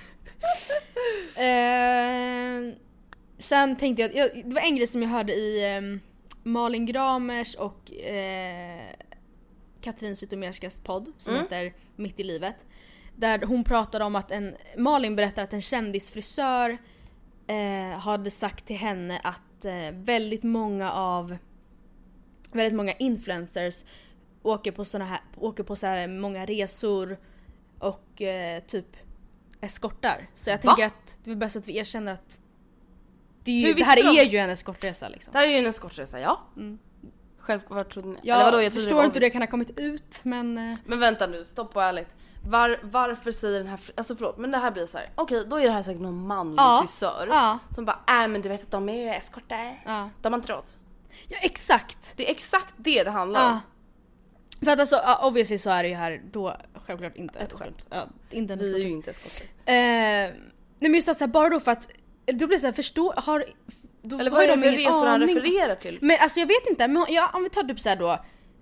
eh, sen tänkte jag, jag, det var en grej som jag hörde i eh, Malin Gramers och eh, Katrin Zytomierskas podd som Mm. heter Mitt i livet. Där hon pratade om att en, Malin berättar att en kändisfrisör eh, hade sagt till henne att eh, väldigt många av väldigt många influencers åker på såna här åker på så här många resor och eh, typ eskortar. Så jag Va? tänker att det är bäst att vi erkänner att det, är ju, Hur det här visste de? är ju en eskortresa liksom. Det här är ju en eskortresa, ja. Mm. Självklart trodde ni... Jag Eller vadå, jag trodde förstår det var inte hur det obvious. kan ha kommit ut men eh, Men vänta nu, stopp och ärligt. Var, varför säger den här... fri- Alltså förlåt, men det här blir så här. Okej, då är det här säkert någon manlig Ja. frisör. Ja. Som bara, äh men du vet att de är eskorter. ja. De har inte råd. Ja exakt. Det är exakt det det handlar om. Ja. För att alltså, obviously så är det ju här då självklart inte ett skämt. Ja, inte en Vi är ju inte skottis. Eh, nej men just att så här, bara då för att då blir det så här, förstå har då eller vad är det för ingen resor han aning. refererar till? Men alltså jag vet inte, men ja, om vi tar typ så här då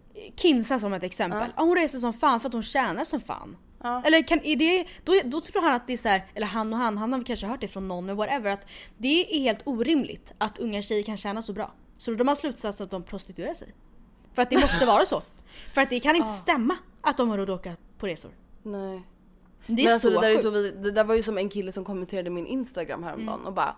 Kinsa som ett exempel. Ja. Hon reser som fan för att hon tjänar som fan. Ja. Eller kan, är det, då, då tror han att det är så här, eller han och han, han har kanske hört det från någon men whatever, att det är helt orimligt att unga tjejer kan tjäna så bra. Så de har slutsats att de prostituerar sig. För att det måste vara så. För att det kan inte Ja. stämma att de har råd att åka på resor. Nej. Det är Men alltså så det där är sjukt. så vid, det där var ju som en kille som kommenterade min Instagram häromdagen mm. och bara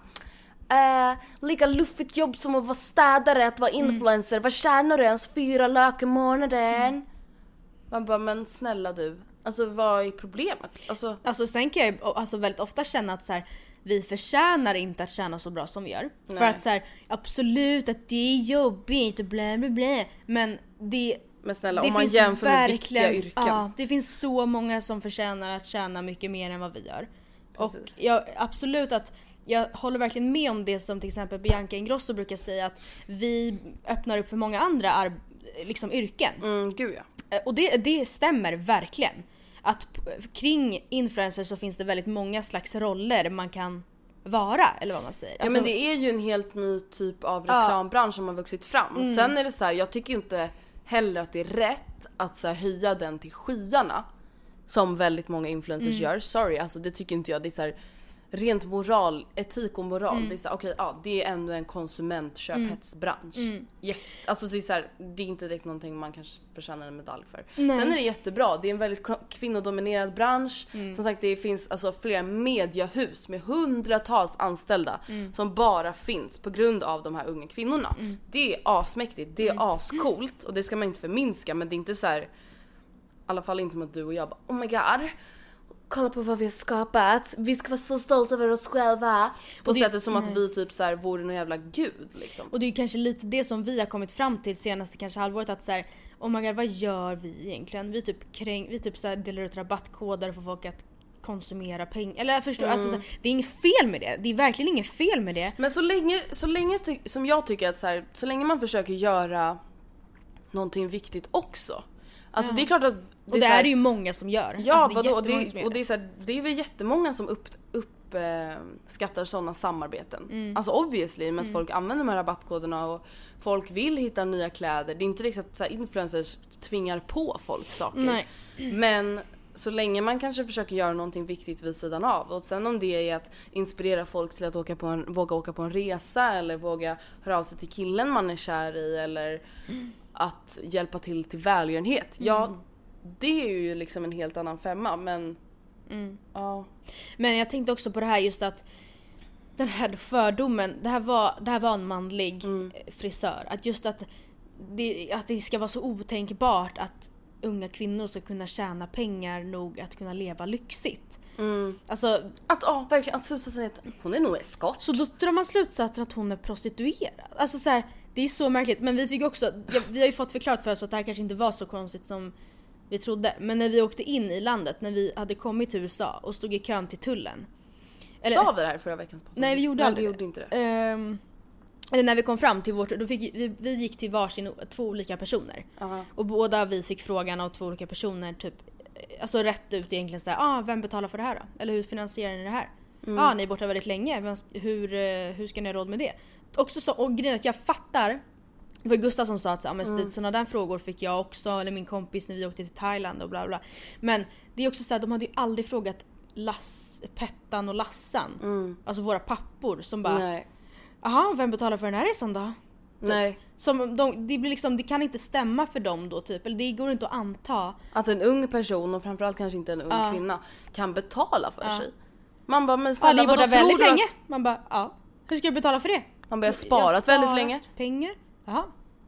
Eh, lika luffigt jobb som att vara städare, att vara influencer. Mm. Vad tjänar du ens? Fyra lök i månaden? Mm. Man bara, men snälla du. Alltså vad är problemet? Alltså, alltså sen kan jag alltså, väldigt ofta känna att så här, vi förtjänar inte att tjäna så bra som vi gör. Nej. För att så här, absolut att det är jobbigt och blä blä blä. Men det men snälla, det om man finns jämför med viktiga yrken. Ja, det finns så många som förtjänar att tjäna mycket mer än vad vi gör. Precis. Och jag, absolut att jag håller verkligen med om det som till exempel Bianca Ingrosso brukar säga, att vi öppnar upp för många andra ar- liksom yrken. Mm, gud ja. Och det, det stämmer verkligen. Att p- kring influencers så finns det väldigt många slags roller man kan vara, eller vad man säger. Ja Alltså, men det är ju en helt ny typ av reklambransch som har vuxit fram. Mm. Sen är det så här, jag tycker inte heller att det är rätt att så här, höja den till skyarna. Som väldigt många influencers Mm. gör. Sorry, alltså det tycker inte jag. Det är så här, rent moral, etik och moral. Mm. Det är så här, okej, ja, det är ändå en konsumentköphetsbransch. Mm. Jätte, alltså det är så här, det är inte direkt någonting man kanske förtjänar en medalj för. Nej. Sen är det jättebra. Det är en väldigt k- kvinnodominerad bransch. Mm. Som sagt, det finns alltså flera mediahus med hundratals anställda Mm. som bara finns på grund av de här unga kvinnorna. Mm. Det är asmäktigt, det är ascoolt och det ska man inte förminska, men det är inte så här, i alla fall inte som att du och jag bara, oh my god, kolla på vad vi har skapat, vi ska vara så stolta över oss själva. På det- sättet som nej. att vi typ så här vore någon jävla gud liksom. Och det är ju kanske lite det som vi har kommit fram till senaste kanske halvåret, att så här, oh my god, vad gör vi egentligen? Vi typ kräng, vi typ så här delar ut rabattkoder för folk att konsumera pengar. Eller jag förstår, Mm. alltså, så här, det är inget fel med det. Det är verkligen inget fel med det. Men så länge, så länge ty- som jag tycker att så här, så länge man försöker göra någonting viktigt också. Alltså Ja. det är klart att Och det så här- är det ju många som gör. Ja, alltså, vadå? jättemånga Det, som gör och det är, så här, det är väl jättemånga som upp, upp, eh, skattar sådana samarbeten. Mm. Alltså obviously, med att folk använder de här rabattkoderna och folk vill hitta nya kläder. Det är inte riktigt att så här, influencers tvingar på folk saker. Nej. Men så länge man kanske försöker göra någonting viktigt vid sidan av. Och sen om det är att inspirera folk till att åka på en, våga åka på en resa eller våga höra av sig till killen man är kär i eller Mm. att hjälpa till till välgörenhet. Ja, det är ju liksom en helt annan femma, men Mm. ja. Men jag tänkte också på det här just att den här fördomen, det här var, det här var en manlig Mm. frisör. Att just att det, att det ska vara så otänkbart att unga kvinnor ska kunna tjäna pengar nog att kunna leva lyxigt. Mm. Alltså, Att ja, verkligen, att slutsatsen är att hon är nog eskort. så då drar man slutsatsen att hon är prostituerad. Alltså så här, det är så märkligt. Men vi fick också, ja, vi har ju fått förklarat för oss att det här kanske inte var så konstigt som vi trodde. Men när vi åkte in i landet, när vi hade kommit till U S A och stod i kön till tullen. Sa vi det här förra veckans podcast? Nej, vi gjorde Nej, aldrig vi gjorde inte det. Ehm, eller när vi kom fram till vårt, då fick vi, vi gick till varsin, två olika personer. Aha. Och båda vi fick frågan av två olika personer typ, alltså rätt ut egentligen såhär, ah, vem betalar för det här då? Eller hur finansierar ni det här? Ja, Mm. ah, ni är borta väldigt länge, Vem- hur, eh, hur ska ni ha råd med det? Också så, och grejen är att jag fattar, det var Gustav som sa att mm. Mm. sådana där frågor fick jag också, eller min kompis när vi åkte till Thailand och bla bla. Men det är också så här, de hade ju aldrig frågat Lass, Pettan och Lassan, Mm. alltså våra pappor som bara, Nej. jaha, vem betalar för den här resan då? Nej. Som de, det blir liksom, det kan inte stämma för dem då typ, eller det går inte att anta. Att en ung person, och framförallt kanske inte en ung Ja. kvinna, kan betala för Ja. sig. Man bara, men Ja, snälla, ni är vadå, borta tror väldigt du att- länge. Man bara, ja. Hur ska du betala för det? Man bara, jag har Jag sparat har väldigt sparat länge. pengar. Jaha.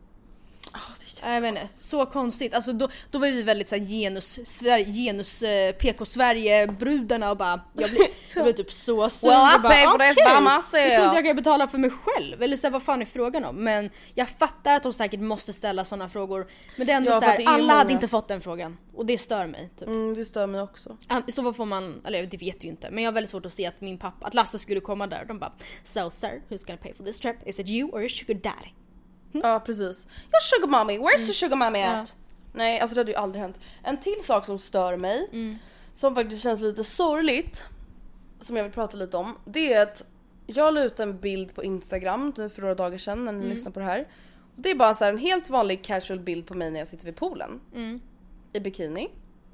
Ah, det är Jag vet inte, så konstigt. Alltså då, då var vi väldigt så här genus, Sverige, genus eh, P K Sverige brudarna och bara, jag blev, jag blev typ så sur. Well, I Jag bara, pay for this okej, by myself. jag tror inte jag kan betala för mig själv. Eller så här, vad fan är frågan om? Men jag fattar att de säkert måste ställa sådana frågor. Men det är ändå Ja, så för här, att det är alla många- hade inte fått den frågan. Och det stör mig typ. Mm, det stör mig också. I så fall får man, eller det vet vi ju inte, men jag har väldigt svårt att se att min pappa, att Lasse skulle komma där. De bara, so sir, who's gonna pay for this trip? Is it you or your sugar daddy? Ja, precis. Your sugar mommy, where's your sugar mommy at? Ja. Nej, alltså det hade ju aldrig hänt. En till sak som stör mig, mm. som faktiskt känns lite sorgligt, som jag vill prata lite om, det är att jag la ut en bild på Instagram för några dagar sedan när ni mm. lyssnade på det här. Det är bara så här en helt vanlig casual bild på mig när jag sitter vid poolen. Mm. I bikini.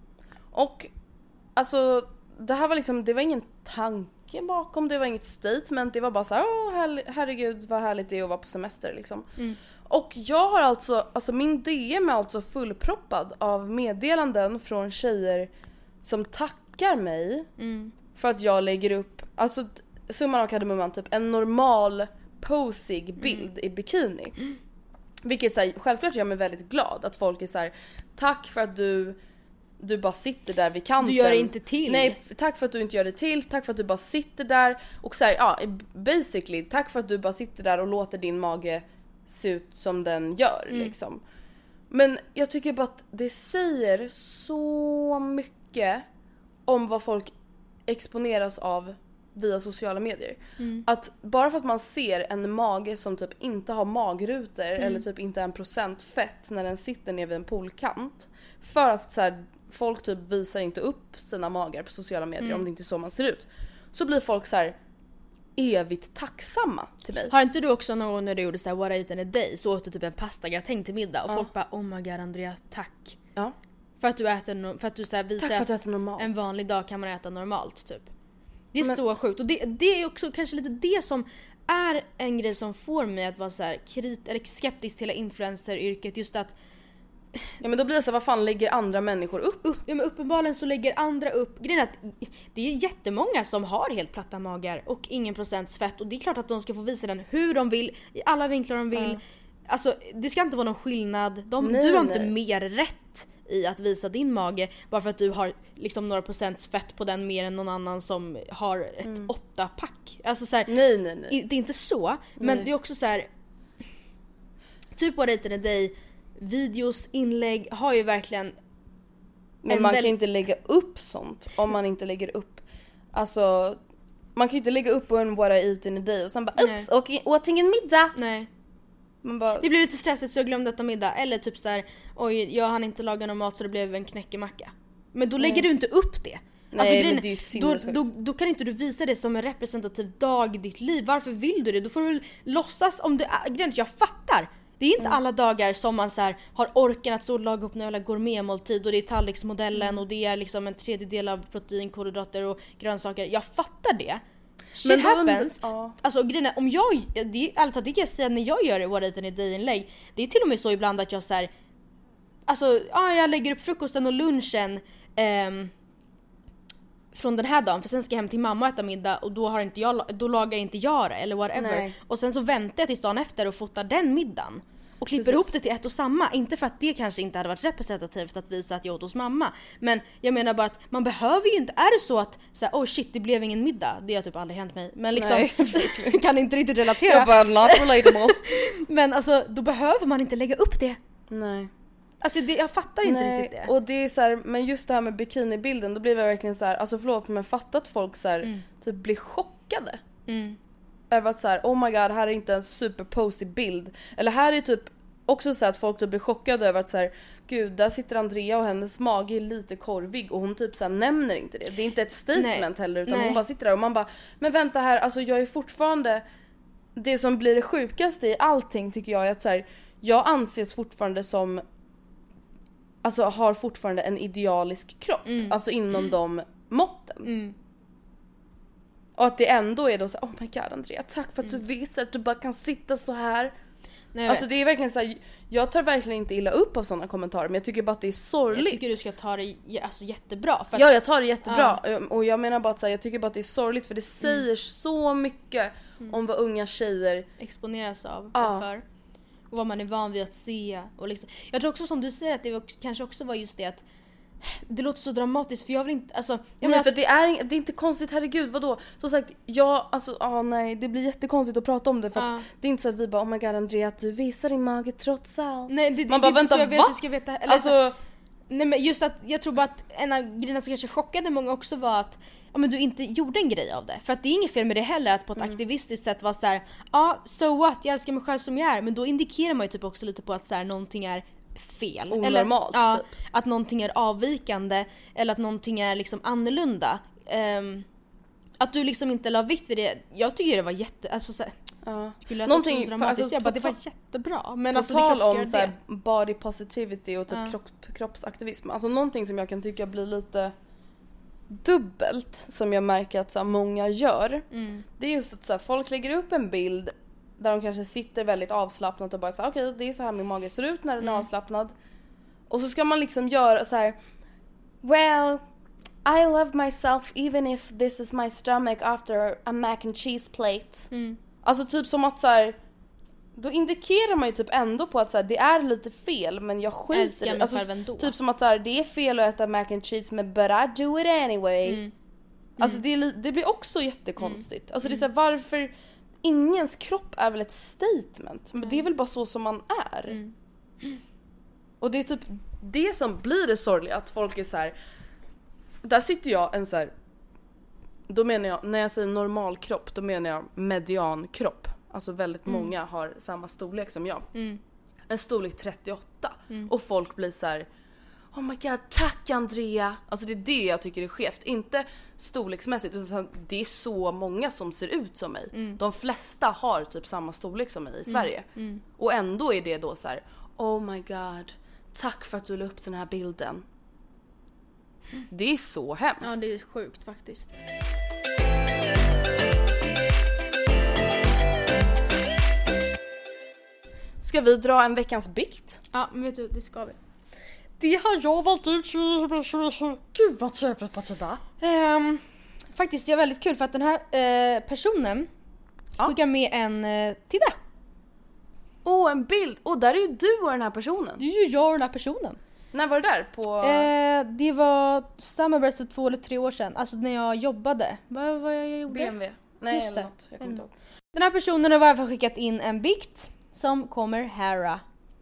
Och alltså det här var liksom, det var ingen tanke bakom, det var inget statement, det var bara så här, åh her- herregud vad härligt det är att vara på semester liksom. Mm. Och jag har alltså, alltså min D M är alltså fullproppad av meddelanden från tjejer som tackar mig mm. för att jag lägger upp, alltså summan av kardemumman, typ en normal posig bild mm. i bikini. Mm. Vilket så här, självklart gör mig väldigt glad att folk är så här: tack för att du du bara sitter där vid kanten. Du gör det inte till. Nej, tack för att du inte gör det till. Tack för att du bara sitter där och så här, ja, basically tack för att du bara sitter där och låter din mage se ut som den gör mm. liksom. Men jag tycker bara att det säger så mycket om vad folk exponeras av via sociala medier. Mm. Att bara för att man ser en mage som typ inte har magrutor mm. eller typ inte en procent fett när den sitter ner vid en poolkant, för att så här, folk typ visar inte upp sina magar på sociala medier mm. om det inte är så man ser ut, så blir folk så här evigt tacksamma till mig. Har inte du också någon gång när du gjorde så här what I ate in a day, så åt du typ en pastagratäng till middag och ja. folk bara oh my god Andrea, tack. Ja. För att du äter, för att du så här visar tack för att du äter normalt. En vanlig dag kan man äta normalt typ. Det är men, så sjukt, och det, det är också kanske lite det som är en grej som får mig att vara så här krit eller skeptisk till influenceryrket, just att ja men då blir det så, vad fan lägger andra människor upp? upp ja men uppenbarligen så lägger andra upp grejen att det är jättemånga som har helt platta magar och ingen procents fett, och det är klart att de ska få visa den hur de vill, i alla vinklar de vill. Mm. Alltså det ska inte vara någon skillnad. De, nej, du har nej. inte mer rätt i att visa din mage bara för att du har liksom några procents fett på den mer än någon annan som har ett mm. åtta pack. Alltså så här, nej, nej, nej. Det är inte så, men nej. det är också så här typ what I ate in a day, videos, inlägg har ju verkligen. Men man väldigt... kan inte lägga upp sånt om man inte lägger upp, alltså man kan ju inte lägga upp på en what I ate in a day och sen bara ups, och åt ingen middag. Nej. Man bara... Det blev lite stressigt så jag glömde att ta middag. Eller typ så här, oj jag hann inte laga någon mat så det blev en knäckemacka. Men då lägger mm. du inte upp det. Nej, alltså, men det är ju då, då, då kan inte du visa det som en representativ dag i ditt liv. Varför vill du det? Då får du väl låtsas om du är, jag fattar. Det är inte mm. alla dagar som man så här, har orken att stå och laga upp en jävla gourmetmåltid och det är tallriksmodellen mm. och det är liksom en tredjedel av protein, kolhydrater och grönsaker. Jag fattar det. Shit men happens. Under, ja. Alltså grejen är, om jag, det är allt det kan jag säga när jag gör what I ate in a day-inlägg. Det är till och med så ibland att jag så här, alltså ja, jag lägger upp frukosten och lunchen ehm, från den här dagen, för sen ska jag hem till mamma och äta middag och då har inte jag, då lagar inte jag det eller whatever. Nej. Och sen så väntar jag tills dagen efter och fotar den middagen och klipper Precis. ihop det till ett och samma. Inte för att det kanske inte hade varit representativt att visa att jag åt hos mamma, men jag menar bara att man behöver ju inte, är det så att så här, oh shit det blev ingen middag, det har typ aldrig hänt mig, men liksom kan inte riktigt relatera. Jag bara not relatable. Men alltså då behöver man inte lägga upp det. Nej. Alltså det, jag fattar inte Nej, riktigt det. Och det är så här, men just det här med bikinibilden, då blir jag verkligen så här, alltså förlåt men fattat att folk så här, mm. typ blir chockade. Mm. Över att så här, oh my god, här är inte en super posy bild. Eller här är typ också så här att folk typ blir chockade över att så här, gud där sitter Andrea och hennes mage är lite korvig och hon typ så här nämner inte det. Det är inte ett statement Nej. heller, utan Nej. hon bara sitter där och man bara, men vänta här, alltså jag är fortfarande, det som blir det sjukaste i allting tycker jag är att så här, jag anses fortfarande som, alltså har fortfarande en idealisk kropp. Mm. Alltså inom mm. de måtten. Mm. Och att det ändå är då så, oh my god Andrea, tack för att mm. du visar att du bara kan sitta så här. Nej, alltså det är verkligen så här, jag tar verkligen inte illa upp av sådana kommentarer, men jag tycker bara att det är sorgligt. Jag tycker du ska ta det alltså, jättebra. För att... Ja, jag tar det jättebra. Ja. Och jag menar bara att så här, jag tycker bara att det är sorgligt för det säger mm. så mycket mm. om vad unga tjejer exponeras av ja. för. Och vad man är van vid att se. Och liksom. Jag tror också som du säger att det var, kanske också var just det att det låter så dramatiskt för jag vill inte, alltså jag nej, för det är, det är inte konstigt, herregud, vadå? Som sagt, ja, alltså, ah, nej, det blir jättekonstigt att prata om det för att uh. det är inte så att vi bara, oh my god Andrea, att du visar din mage trots allt. Nej, det, man det, bara, vänta, jag vet, va? Du ska veta, eller, alltså, så, nej men just att, jag tror bara att en av grejerna som kanske chockade många också var att ja, men du inte gjorde en grej av det. För att det är inget fel med det heller att på ett mm. aktivistiskt sätt vara så här, ja, ah, so what, jag älskar mig själv som jag är. Men då indikerar man ju typ också lite på att så här, någonting är fel. Onormalt, eller, ja, typ. att någonting är avvikande eller att någonting är liksom annorlunda. Um, att du liksom inte la vikt vid det. Jag tycker det var jätte... Alltså, så här, Ja. skulle Någonting, för, alltså, jag bara, det var ta- jättebra. Men på alltså, tal det om så här, det. body positivity och typ Ja. kropp, kroppsaktivism. Alltså någonting som jag kan tycka blir lite dubbelt som jag märker att så här, många gör. Mm. Det är just att så här, folk lägger upp en bild där de kanske sitter väldigt avslappnat och bara säger okej, okay, det är så här min mage ser ut när den Mm. är avslappnad. Och så ska man liksom göra så här: well, I love myself even if this is my stomach after a mac and cheese plate. Mm. Alltså typ som att så här, då indikerar man ju typ ändå på att så här, det är lite fel men jag skiter Älskar i mig alltså, själv ändå. typ som att så här, det är fel att äta mac and cheese men but I do it anyway. Mm. Alltså det, är, li- det blir också jättekonstigt. Alltså det är så här, varför ingens kropp är väl ett statement, men det är väl bara så som man är. Mm. Och det är typ det som blir det sorgliga, att folk är så här. Där sitter jag en så här, då menar jag, när jag säger normal kropp, då menar jag median kropp. Alltså väldigt Mm. många har samma storlek som jag. Mm. En storlek trettioåtta. Mm. Och folk blir så här: oh my god, tack Andrea. Alltså det är det jag tycker är skevt. Inte storleksmässigt, utan det är så många som ser ut som mig. Mm. De flesta har typ samma storlek som mig i Sverige. Mm. Och ändå är det då så här: oh my god, tack för att du la upp den här bilden. Det är så hemskt. Ja, det är sjukt faktiskt. Ska vi dra en veckans bikt? Ja, men vet du, det ska vi. Det har jag valt ut. Gud vad trevligt på sådär. Um, faktiskt, det är väldigt kul för att den här uh, personen Ja. skickar med en... Uh, titta! Åh, oh, en bild! Och oh, där är ju du och den här personen. Det är ju jag och den här personen. När var det där? På... Uh, det var Summerburst för två eller tre år sedan. Alltså när jag jobbade. Vad var jag gjorde? B M W? Nej, Just eller det. något. Jag kommer inte ihåg. Den här personen har i alla fall skickat in en bikt som kommer här.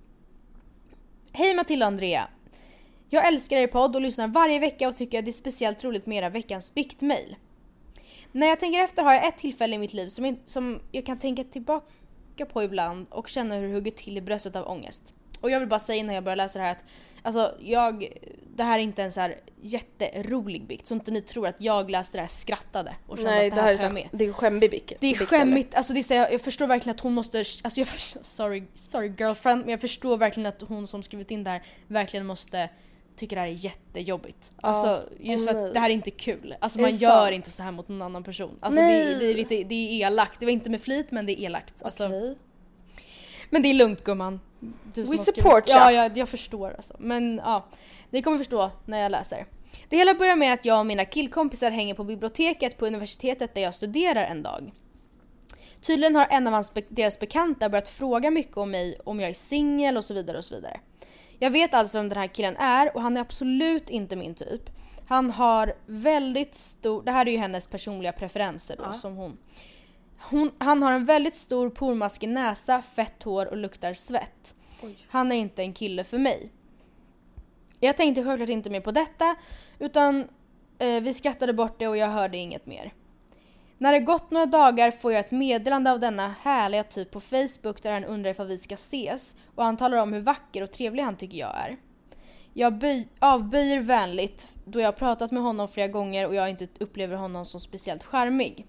Hej Matilda och Andrea. Jag älskar er podd och lyssnar varje vecka och tycker att det är speciellt roligt med era veckans biktmail. När jag tänker efter har jag ett tillfälle i mitt liv som, som jag kan tänka tillbaka på ibland och känna hur det hugger till i bröstet av ångest. Och jag vill bara säga innan jag börjar läsa det här att alltså, jag, det här är inte en så här jätterolig bikt. Så inte ni tror att jag läste det här skrattade och kände Nej, att det här, det här tar är jag så, med. det är skämmig bikt. Det är skämmigt, alltså det är så, jag, jag förstår verkligen att hon måste, alltså jag förstår, sorry, sorry girlfriend, men jag förstår verkligen att hon som skrivit in det här verkligen måste tycka det här är jättejobbigt. Alltså just åh för nej. att det här är inte kul. Alltså Är man det gör sant? inte så här mot någon annan person. Alltså Nej. det, det är lite, det är elakt. Det var inte med flit men det är elakt. Alltså, Okej. men det är lugnt gumman. Du som We har skrivit- support ya. Ja, ja, jag förstår alltså. Men ja, ni kommer förstå när jag läser. Det hela börjar med att jag och mina killkompisar hänger på biblioteket på universitetet där jag studerar en dag. Tydligen har en av hans, deras bekanta börjat fråga mycket om mig, om jag är singel och så vidare och så vidare. Jag vet alltså vem den här killen är och han är absolut inte min typ. Han har väldigt stor, det här är ju hennes personliga preferenser då, Ja. som hon. hon. Han har en väldigt stor pormaskig näsa, fett hår och luktar svett. Oj. Han är inte en kille för mig. Jag tänkte självklart inte mer på detta utan eh, vi skrattade bort det och jag hörde inget mer. När det gått några dagar får jag ett meddelande av denna härliga typ på Facebook där han undrar ifall vi ska ses och han talar om hur vacker och trevlig han tycker jag är. Jag böj, avböjer vänligt då jag har pratat med honom flera gånger och jag inte upplever honom som speciellt charmig.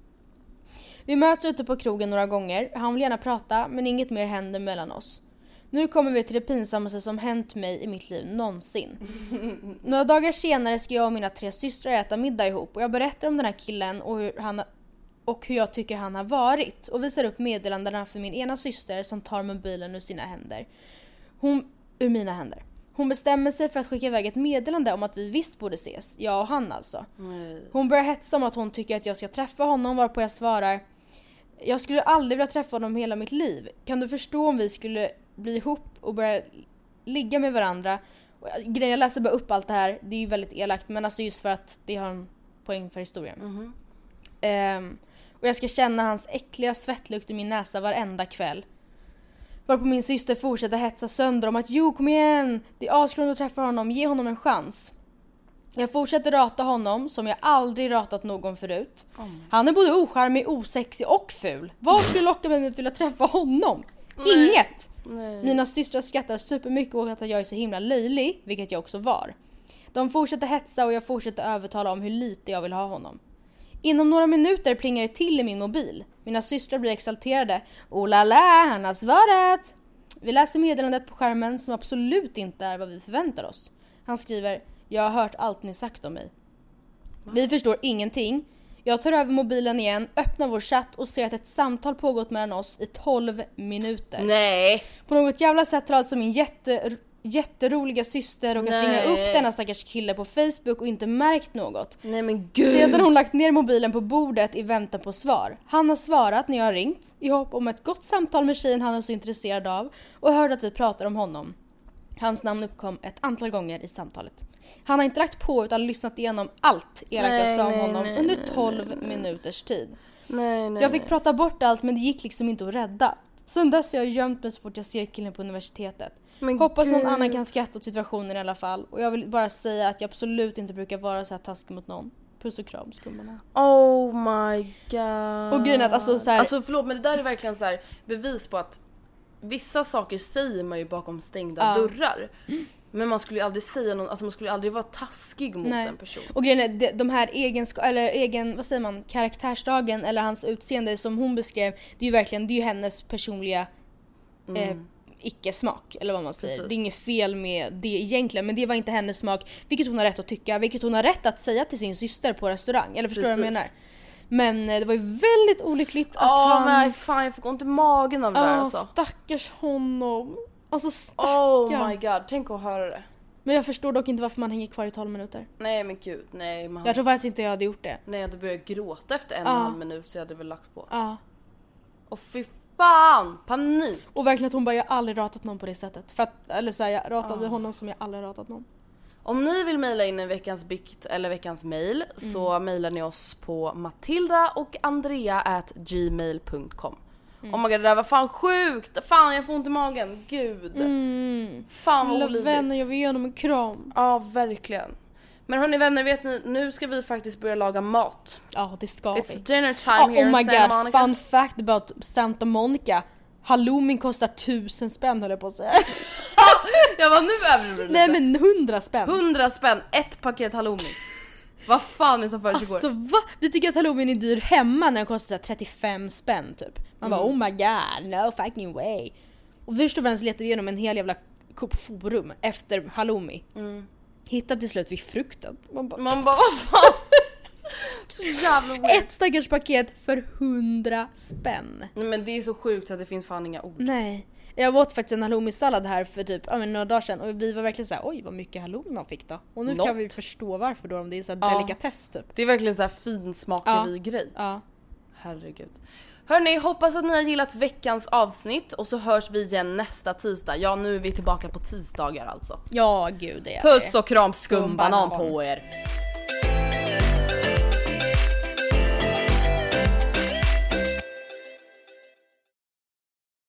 Vi möts ute på krogen några gånger, han vill gärna prata men inget mer händer mellan oss. Nu kommer vi till det pinsammaste som hänt mig i mitt liv någonsin. Några dagar senare ska jag och mina tre systrar äta middag ihop och jag berättar om den här killen och hur, han, och hur jag tycker han har varit och visar upp meddelandena för min ena syster som tar mobilen ur sina händer. Hon, ur mina händer. Hon bestämmer sig för att skicka iväg ett meddelande om att vi visst borde ses, jag och han alltså. Nej. Hon börjar hetsa om att hon tycker att jag ska träffa honom varpå jag svarar: jag skulle aldrig vilja träffa honom hela mitt liv. Kan du förstå om vi skulle bli ihop och börja ligga med varandra? Och grejen, jag läser bara upp allt det här. Det är ju väldigt elakt men alltså just för att det har en poäng för historien. Mm-hmm. Um, och jag ska känna hans äckliga svettlukt i min näsa varenda kväll. Varpå min syster fortsätter hetsa sönder om att jo kom igen, det är asgrund att träffa honom, ge honom en chans. Jag fortsätter rata honom som jag aldrig ratat någon förut. Oh Han är både ocharmig, osexig och ful. Vad skulle locka mig att vilja träffa honom? Nej. Inget! Nej. Mina systrar skrattar supermycket och att jag är så himla löjlig, vilket jag också var. De fortsätter hetsa och jag fortsätter övertala om hur lite jag vill ha honom. Inom några minuter plingar det till i min mobil. Mina systrar blir exalterade. Oh la la, han har svarat! Vi läser meddelandet på skärmen som absolut inte är vad vi förväntar oss. Han skriver, jag har hört allt ni sagt om mig. Vi förstår ingenting. Jag tar över mobilen igen, öppnar vår chatt och ser att ett samtal pågått mellan oss i tolv minuter. Nej! På något jävla sätt har alltså min jätte, jätteroliga syster och att ringa upp denna stackars kille på Facebook och inte märkt något. Nej men gud! Sedan hon lagt ner mobilen på bordet i väntan på svar. Han har svarat när jag har ringt i hopp om ett gott samtal med tjejen han är så intresserad av och hörde att vi pratar om honom. Hans namn uppkom ett antal gånger i samtalet. Han har inte lagt på utan lyssnat igenom allt elakt jag sa om honom nej, under tolv nej, minuters tid. Nej, nej, jag fick prata bort allt men det gick liksom inte att rädda. Sen dess har jag gömt mig så fort jag ser killen på universitetet. Men hoppas Gud. Någon annan kan skratta åt situationen i alla fall. Och jag vill bara säga att jag absolut inte brukar vara så här taskig mot någon. Puss och kram, skummarna. Oh my god. Och grejen att alltså så här, alltså förlåt men det där är verkligen så här bevis på att vissa saker säger man ju bakom stängda ja. dörrar. Mm. Men man skulle ju aldrig säga någon, alltså man skulle aldrig vara taskig mot Nej. en person. Och grejen är, de, de här egenskap eller egen, vad säger man, karaktärsdagen eller hans utseende som hon beskrev, det är ju verkligen, det är ju hennes personliga mm. eh, icke-smak, eller vad man säger. Precis. Det är inget fel med det egentligen, men det var inte hennes smak, vilket hon har rätt att tycka, vilket hon har rätt att säga till sin syster på restaurang, eller förstår du vad jag menar? Men eh, det var ju väldigt olyckligt att oh, han... Nej, fan, jag fick ont i magen av det oh, där alltså. Stackars honom. Alltså stackars. Oh my god, tänk att höra det. Men jag förstår dock inte varför man hänger kvar i tolv minuter. Nej men gud, nej. Man... Jag tror faktiskt inte jag hade gjort det. Nej, jag hade börjat gråta efter en och en ah. halv minut så jag hade väl lagt på. Ja. Ah. Och fy fan, panik. Och verkligen att hon bara, jag har aldrig ratat någon på det sättet. För att, eller så här, jag ratade ah. honom som jag aldrig ratat någon. Om ni vill mejla in en veckans bikt eller veckans mejl mm. så mejlar ni oss på matilda och andrea at gmail punkt com. Mm. Oh my god, det där var fan sjukt. Fan, jag får ont i magen. Gud. Mm. Fan vad olidligt. Vänner, jag vill ge honom en kram. Ja, verkligen. Men hörni vänner, vet ni, nu ska vi faktiskt börja laga mat. Ja, det ska It's vi. dinner time oh, here oh my in Santa god, Monica. fun fact about Santa Monica. Halloumin kostar tusen spänn, höll jag på att säga. Jag var nu överdriver du Nej men hundra spänn. Hundra spänn, ett paket halloumi. Vad fan är som försiggår? Alltså va? Vi tycker att halloumin är dyr hemma när den kostar trettiofem spänn typ. Man mm. bara oh my god, no fucking way. Och först och främst letade vi igenom en hel jävla Coop forum efter halloumi. Mm. Hittade till slut vid frukten. Man bara, Man bara vad fan? Så jävla weird. Ett stackars paket för hundra spänn. Nej, men det är så sjukt att det finns fan inga ord. Nej. Jag åt faktiskt en halloumi-sallad här för typ ja, men några dagar sedan och vi var verkligen så här, oj vad mycket halloumi man fick då. Och nu Not. kan vi förstå varför då, om det är så här ja. delikatess typ. Det är verkligen så här finsmaklig ja. grej. Ja. Herregud. Hörrni, hoppas att ni har gillat veckans avsnitt och så hörs vi igen nästa tisdag. Ja, nu är vi tillbaka på tisdagar alltså. Ja, gud det är Puss och kram skumbanan på er.